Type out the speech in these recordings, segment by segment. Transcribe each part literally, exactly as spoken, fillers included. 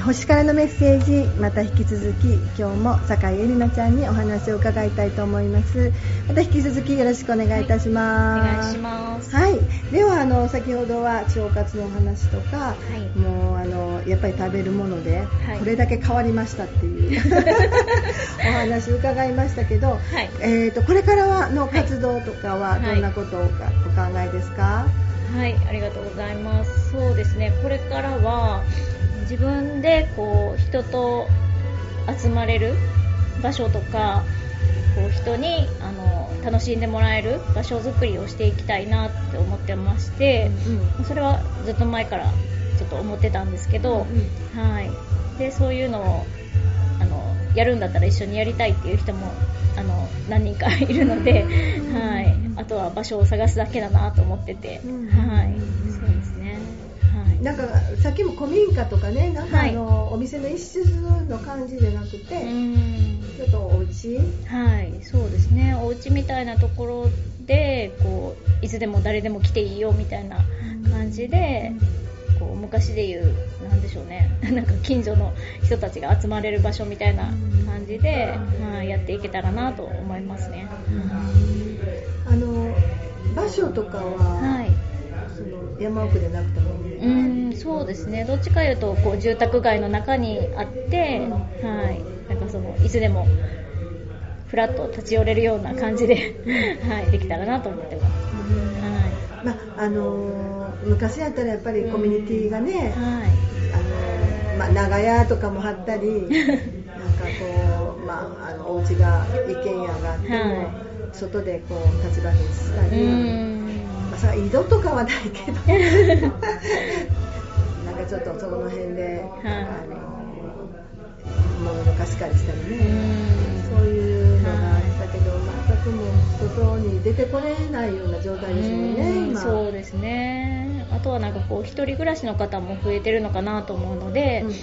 星からのメッセージ、また引き続き今日も酒井絵里奈ちゃんにお話を伺いたいと思います。また引き続きよろしくお願いいたします。 はい、お願いします。 はい、ではあの先ほどは腸活のお話とか、はい、もうあのやっぱり食べるものでこれだけ変わりましたっていう、はい、お話伺いましたけど、はい、えーと、これからはの活動とかはどんなことをお考えですか？ はい、ありがとうございます。そうですね、これからは自分でこう人と集まれる場所とか、こう人にあの楽しんでもらえる場所づくりをしていきたいなって思ってまして、うん、それはずっと前からちょっと思ってたんですけど、うん、はい、でそういうのをあのやるんだったら一緒にやりたいっていう人もあの何人かいるので、うん、はい、あとは場所を探すだけだなと思ってて、うん、はい、そうですね。 なんかさっきも古民家とかね、なんかあの、はい、お店の一室の感じじゃなくて、うん、ちょっとお家、 はい、そうですね、お家みたいなところでこういつでも誰でも来ていいよみたいな感じで、うん、こう昔でいうなんでしょうね、なんか近所の人たちが集まれる場所みたいな感じで、うん、はい、やっていけたらなと思いますね。 うん、あの場所とかは、はい、その山奥でなくてもいい？ うん、そうですね、どっちかいうとこう住宅街の中にあって、うん、はい、なんかそのいつでもフラッと立ち寄れるような感じで、うん、はい、できたらなと思ってます。 うん、はい、まああのー、昔やったらやっぱりコミュニティがね、うん、はい、あのーまあ、長屋とかも張ったりなんかこう、まあ、あのお家が一軒家があっても、はい、外でこう立ち話したり、うん、まあ、さ井戸とかはないけどなんかちょっとそこの辺で、はい、あの物の貸し借りしたりね、うん、そういうのがあったけど、はい、全くもう外に出てこれないような状態ですもんね、うん、今。 そうですね。あとはなんかこう一人暮らしの方も増えてるのかなと思うので、うん、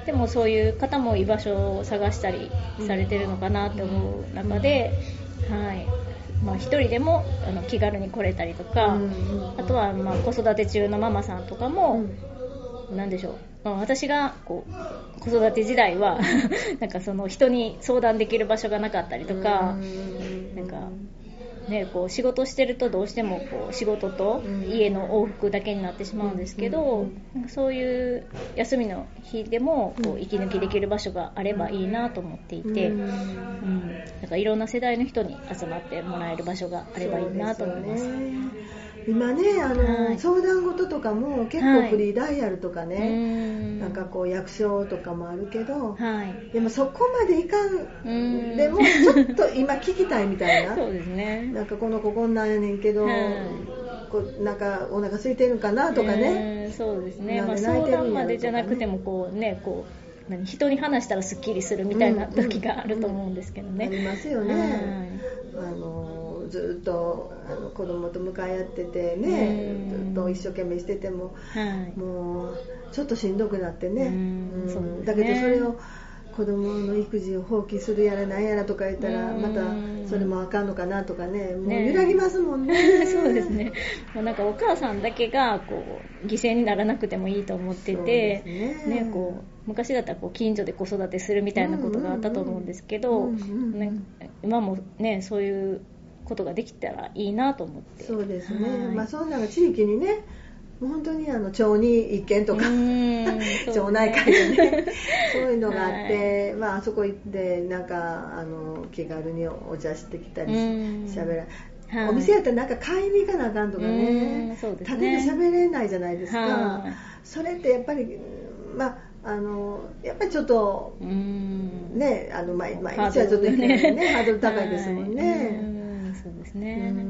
でもそういう方も居場所を探したりされてるのかなって思う中で、うん、はい、まあ、一人でもあの気軽に来れたりとか、うん、あとはまあ子育て中のママさんとかも、うん、なんでしょう、まあ、私がこう子育て時代はなんかその人に相談できる場所がなかったりとか、なんかね、こう仕事してるとどうしてもこう仕事と家の往復だけになってしまうんですけど、そういう休みの日でもこう息抜きできる場所があればいいなと思っていて、うん、なんかいろんな世代の人に集まってもらえる場所があればいいなと思います。 今ね、あの、はい、相談事とかも結構フリーダイヤルとかね、はい、なんかこう役所とかもあるけど、はい、でもそこまでいかんでもちょっと今聞きたいみたいなそうですね、 なんかこの子こんなんやねんけど、はい、こうなんかお腹空いてるかなとかね、 そうですね、まあ、相談までじゃなくてもこうね、こう何人に話したらスッキリするみたいな時があると思うんですけどね、 うんうん、ありますよね、はい、あのずっとあの子供と向かい合っててね、ずっと一生懸命してても、はい、もうちょっとしんどくなってね、うんそうですね、だけどそれを子供の育児を放棄するやらなんやらとか言ったらまたそれもあかんのかなとかね、もう揺らぎますもんね。 ねそうですね、もうなんかお母さんだけがこう犠牲にならなくてもいいと思ってて、ね、ね、こう昔だったらこう近所で子育てするみたいなことがあったと思うんですけど、今もねそういうことができたらいいなと思って。 そうですね、はい、まあ、そんなの地域にね、もう本当にあの町に一軒とか、ね、町内会でねそういうのがあって、はい、まあ、あそこ行ってなんかあの気軽にお茶してきたりしゃべら、はい、お店やったらなんか買いに行かなあかんとかね、そうですね、立てて喋れないじゃないですか、はい、それってやっぱりまああのやっぱりちょっとね、あの毎日はちょっと行けないね、ハードル高いですもんね。 そうですね、 うん、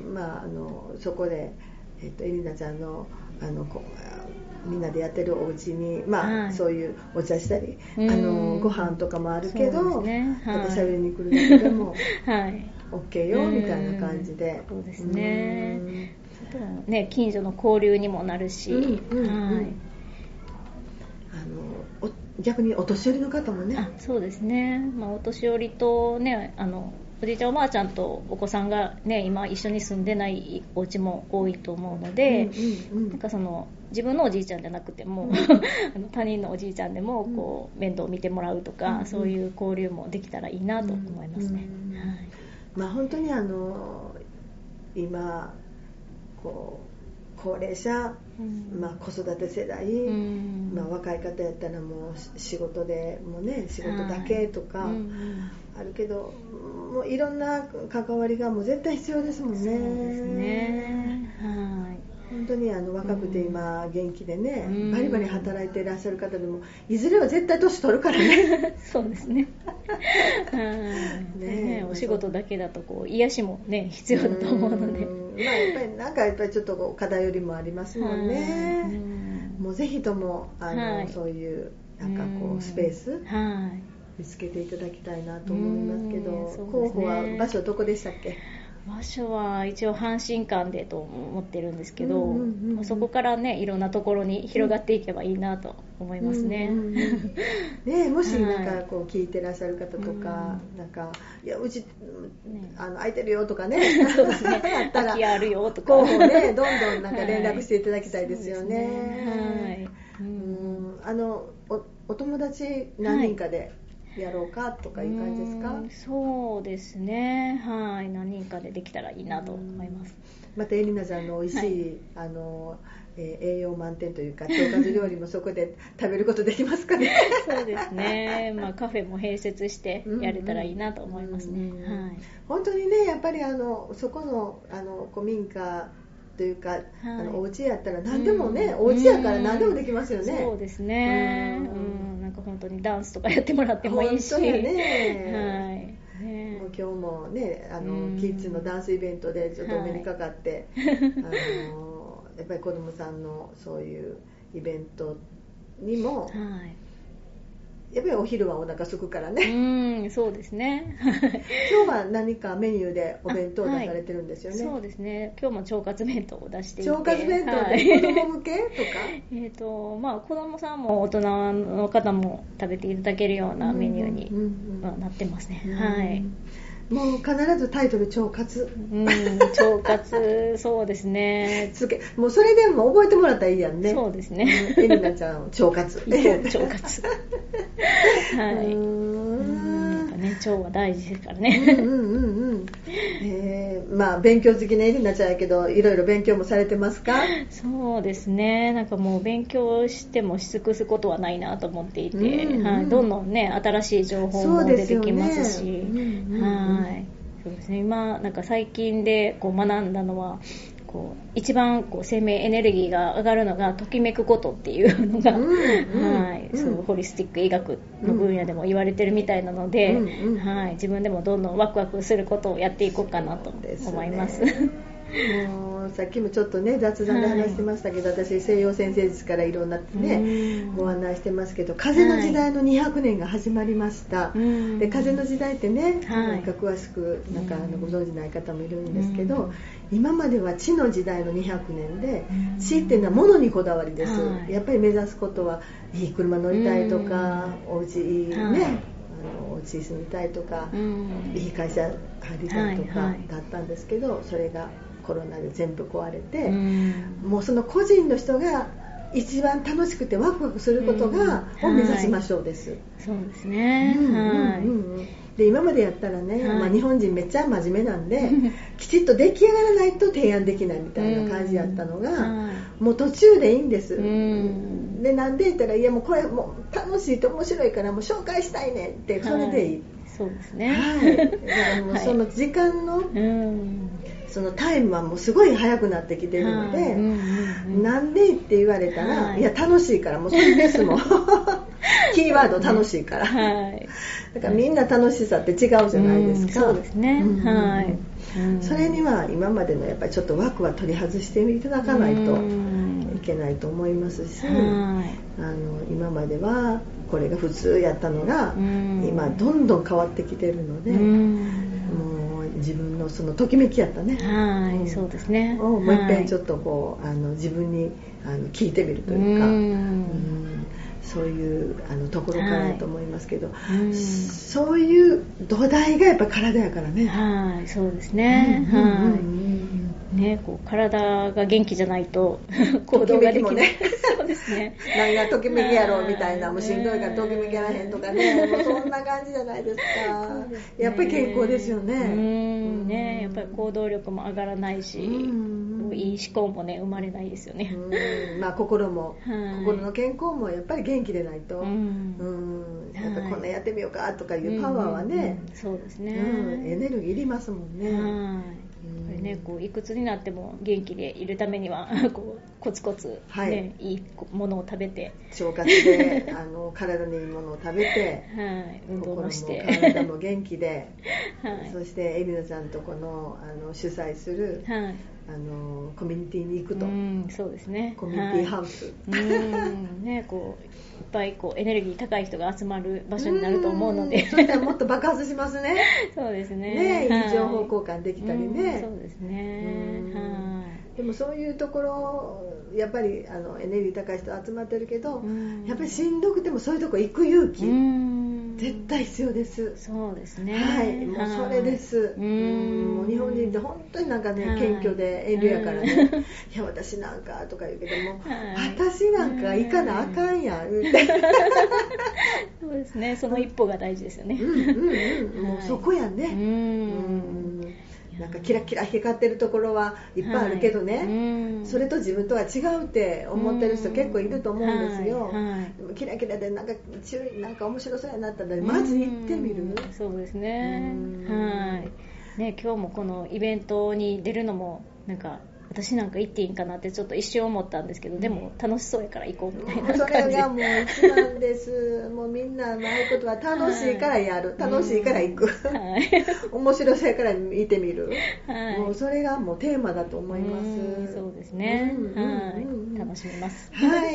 まあ、あのそこで、えっと、エリナちゃんの、あのこみんなでやってるお家に、まあ、はい、そういうお茶したり、あのご飯とかもあるけど、ね、はい、ただ喋りに来るだけでも、はい、OK よみたいな感じで、 そうですね、ね、近所の交流にもなるし、うんうんうん、はい、 あの逆にお年寄りの方もね、 あ、そうですね、まあ、お年寄りとね、あのおじいちゃんおばあちゃんとお子さんが、ね、今一緒に住んでないお家も多いと思うので、うんうんうん、なんかその自分のおじいちゃんじゃなくても、うん、あの他人のおじいちゃんでもこう面倒を見てもらうとか、うん、そういう交流もできたらいいなと思いますね、 うんうん、はい。まあ、本当にあの今こう高齢者、うんまあ、子育て世代、うんまあ、若い方やったらもう仕事でもね仕事だけとかあるけど、もういろんな関わりがもう絶対必要ですもんね。そうですね、はい。本当にあの若くて今元気でね、うん、バリバリ働いていらっしゃる方でもいずれは絶対年取るからねそうですねね、お仕事だけだとこう癒しもね必要だと思うので、 うんまあ、やっぱりなんかやっぱりちょっとこう課題よりもありますもんね、うん、もうぜひともあの、はい、そういうなんかこうスペース、はい、見つけていただきたいなと思いますけど、うん、候補は場所どこでしたっけ？ 場所は一応阪神間でと思ってるんですけど、うんうんうん、そこからねいろんなところに広がっていけばいいなと思いますね、うんうんうん、 ねもしなんかこう聞いてらっしゃる方とか、はい、なんかいやうち、ね、あの空いてるよとかねそうですねあったら空きあるよとか候補ねどんどんなんか連絡していただきたいですよね、はいねはい、うんあの お, お友達何人かで、はいやろうかとかいう感じですか？ うんそうですね、はい、何人かでできたらいいなと思います。 またエリナさんの美味しい、はい、あのえー、栄養満点というか腸活料理もそこで食べることできますかねそうですね、まあ、カフェも併設してやれたらいいなと思いますね、うんうんはい、 本当にねやっぱりあのそこの、あの古民家というか、はい、あのお家やったら何でもね、うん、お家やから何でもできますよね。 そうですね、うんうん、なんか本当にダンスとかやってもらってもいいし、本当やね、はい、ねもう今日もねあのキッズのダンスイベントでちょっとお目にかかって、はい、あのやっぱり子どもさんのそういうイベントにも、はいやっぱりお昼はお腹空くからね。 うん、そうですね。 今日は何かメニューでお弁当を出されてるんですよね。 はい、そうですね。今日も腸活弁当を出していて。 腸活弁当で子供向けとか？ えっとまあ子供さんも大人の方も食べていただけるようなメニューに、うんうんうん、なってますね。はい。 もう必ずタイトル腸活、 うん、腸活そうですねつけもうそれでも覚えてもらったらいいやんね。 そうですね、 エリナちゃん腸活腸活はい、うーんやっぱね腸は大事ですからねうんうんうんうん、 えー、まあ勉強好きなエリナちゃんやけどいろいろ勉強もされてますか？ そうですねなんかもう勉強してもし尽くすことはないなと思っていて、うんうんはい、どんどんね新しい情報も出てきますし、ねうんうんうんはい、そうですね、今なんか最近でこう学んだのはこう一番こう生命エネルギーが上がるのがときめくことっていうのが、うんうんはいうん、そうホリスティック医学の分野でも言われてるみたいなので、うんうんはい、自分でもどんどんワクワクすることをやっていこうかなと思います。 もうさっきもちょっとね雑談で話してましたけど、はい、私西洋先生術からいろんなねご案内してますけど風の時代のにひゃくねんが始まりました、はい、で風の時代ってね、はい、なんか詳しくなんかあのご存じない方もいるんですけど今までは地の時代のにひゃくねんで地っていうのは物にこだわりです、はい、やっぱり目指すことはいい車乗りたいとかお家いいね、はいあのお家に住みたいとか、うん、いい会社入りたいとかだったんですけど、はいはい、それがコロナで全部壊れて、うん、もうその個人の人が一番楽しくてワクワクすることが、うん、を目指しましょうです、はい、 そうですね、うんはいうんうん、 で今までやったらね、はいまあ、日本人めっちゃ真面目なんできちっと出来上がらないと提案できないみたいな感じやったのが、うんはい、もう途中でいいんです、うん、でなんで言ったらいやもうこれもう楽しいと面白いからもう紹介したいねってそれでいい、はい、 そうですね、 はい、だからもうその時間の、はいうんそのタイムはもうすごい早くなってきてるので、はいうんうんうん、なんでって言われたら、はい、いや楽しいからもうそれですもんキーワード楽しいから、はい、だからみんな楽しさって違うじゃないですか、 うん、そうですね、うんはい、 それには今までのやっぱりちょっと枠は取り外していただかないといけないと思いますし、はい、あの今まではこれが普通やったのが、今どんどん変わってきてるので、もう自分のそのときめきやったね、 はい、うん、そうですねをもう一遍ちょっとこう、はい、あの自分にあの聞いてみるというか、うんうんそういうあのところからだと思いますけど、 はいうん、 そういう土台がやっぱ体やからね。 はい、そうですね。 うんうんうんはい。ね、こう体が元気じゃないと行動ができない。 ね、 そうですね。 何がときめきやろうみたいな、もうしんどいからときめきやらへんとかね、もうそんな感じじゃないですか。ですね、やっぱり健康ですよね。 うんね、やっぱり行動力も上がらないし、うんいい思考もね生まれないですよね。 うんまあ心も、はい、心の健康もやっぱり元気でないと、うんうんやっぱこんなやってみようかとかいうパワーはね、 はいうんうんうん、そうですね、 うん、エネルギーいりますもんね。 はいこれね、こういくつになっても元気でいるためにはこうコツコツ、ねはい、いいものを食べて腸活であの体にいいものを食べて、 はい、運動もして心も体も元気で、 はい、 そしてエリナさんとこの、あの主催する、はい、あのコミュニティに行くと、 うんそうですね、 コミュニティハウス、 はい、うんねこういっぱいこうエネルギー高い人が集まる場所になると思うので、 そしたらもっと爆発しますね。 そうですね。 ね、はい、いい情報交換できたりね。 そうですね。はい。 でもそういうところやっぱりあのエネルギー高い人集まってるけど、やっぱりしんどくてもそういうとこ行く勇気絶対必要です。 そうですね。 はい、もうそれです。うんもう日本人って本当になんかね謙虚で遠慮やからね。いや私なんかとか言うけども、私なんか行かなあかんやんみたいな。 そうですね。その一歩が大事ですよね。 うんうんうん。もうそこやね。うんなんかキラキラ光ってるところはいっぱいあるけどね、はい、それと自分とは違うって思ってる人結構いると思うんですよ、はいはい、でもキラキラでなんか注意なんか面白そうやなったらまず行ってみる。 そうですね、はいね、今日もこのイベントに出るのもなんか私なんか行っていいんかなってちょっと一瞬思ったんですけど、でも楽しそうやから行こうみたいな感じ。 それがもう一番ですもうみんなのああいうことは楽しいからやる、はい、楽しいから行く、はい、面白そうやから見てみる、はい、もうそれがもうテーマだと思います。 そうですね、うんうんはい、楽しみます。 はい、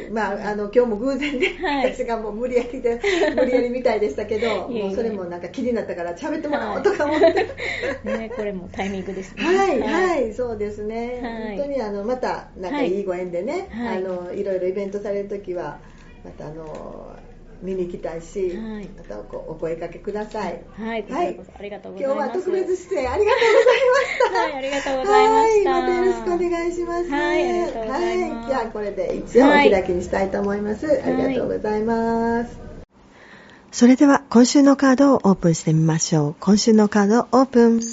まあ、あの今日も偶然ね、はい、私がもう無理やりで無理やりみたいでしたけどもうそれもなんか気になったから喋ってもらおうとか思って、 はいね、これもタイミングですね。 はい、はい、そうですね。はい、本当にあのまたなんかいいご縁でね、はい、あのいろいろイベントされるときはまたあの見に行きたいし、はい、また お, お声かけください。 はい、はい、ありがとうございます。 今日は特別出演ありがとうございました。 はい、ありがとうございました。 はい、またよろしくお願いします。 はい、ありがとうございます。 はい、じゃあこれで一応お開きにしたいと思います。はい、ありがとうございます。それでは今週のカードをオープンしてみましょう。今週のカードオープン。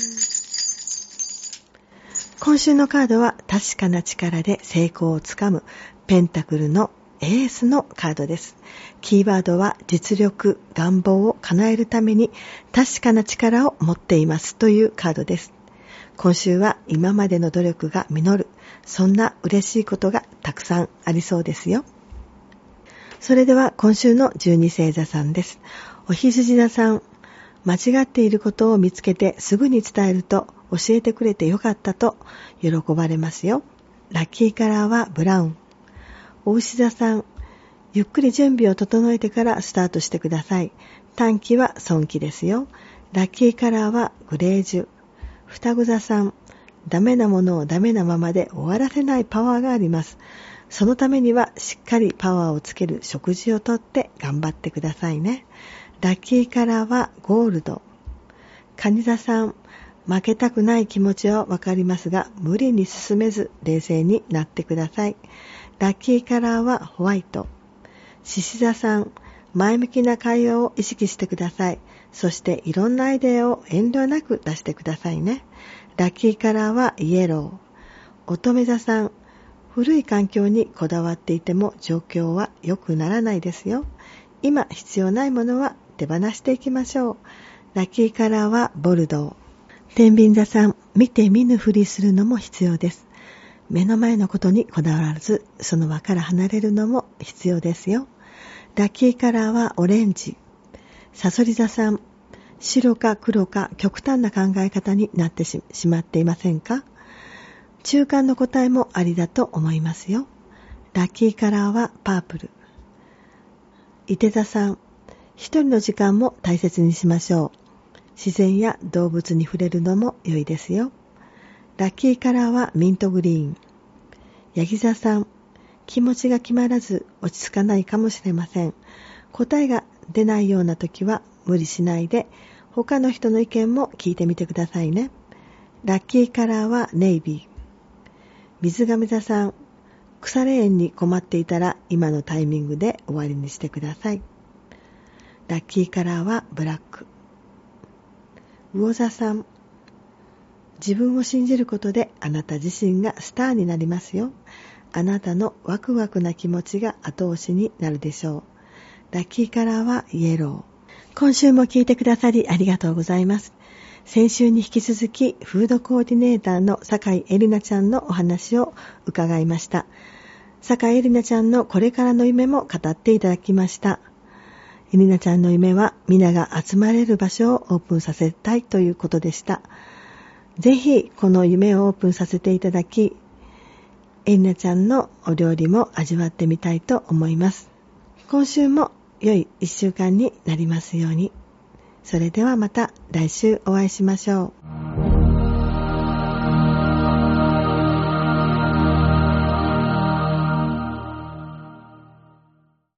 今週のカードは確かな力で成功をつかむペンタクルのエースのカードです。キーワードは実力、願望を叶えるために確かな力を持っていますというカードです。今週は今までの努力が実る、そんな嬉しいことがたくさんありそうですよ。それでは今週の十二星座さんです。お羊座さん、間違っていることを見つけてすぐに伝えると教えてくれてよかったと喜ばれますよ。ラッキーカラーはブラウン。お牛座さん、ゆっくり準備を整えてからスタートしてください。短期は損期ですよ。ラッキーカラーはグレージュ。双子座さん、ダメなものをダメなままで終わらせないパワーがあります。そのためにはしっかりパワーをつける食事をとって頑張ってくださいね。ラッキーカラーはゴールド。蟹座さん、負けたくない気持ちはわかりますが、無理に進めず冷静になってください。ラッキーカラーはホワイト。獅子座さん、前向きな会話を意識してください。そしていろんなアイデアを遠慮なく出してくださいね。ラッキーカラーはイエロー。乙女座さん、古い環境にこだわっていても状況は良くならないですよ。今必要ないものは手放していきましょう。ラッキーカラーはボルドー。天秤座さん、見て見ぬふりするのも必要です。目の前のことにこだわらず、その輪から離れるのも必要ですよ。ラッキーカラーはオレンジ。さそり座さん、白か黒か極端な考え方になってしまっていませんか？中間の答えもありだと思いますよ。ラッキーカラーはパープル。いて座さん、一人の時間も大切にしましょう。自然や動物に触れるのも良いですよ。ラッキーカラーはミントグリーン。ヤギ座さん、 気持ちが決まらず落ち着かないかもしれません。答えが出ないような時は無理しないで他の人の意見も聞いてみてくださいね。ラッキーカラーはネイビー。水亀座さん、腐れ縁に困っていたら今のタイミングで終わりにしてください。ラッキーカラーはブラック。魚座さん、自分を信じることであなた自身がスターになりますよ。あなたのワクワクな気持ちが後押しになるでしょう。ラッキーカラーはイエロー。今週も聞いてくださりありがとうございます。先週に引き続きフードコーディネーターの酒井絵里奈ちゃんのお話を伺いました。酒井絵里奈ちゃんのこれからの夢も語っていただきました。絵里奈ちゃんの夢は皆が集まれる場所をオープンさせたいということでした。ぜひこの夢をオープンさせていただき、絵里奈ちゃんのお料理も味わってみたいと思います。今週も良い一週間になりますように。それではまた来週お会いしましょう。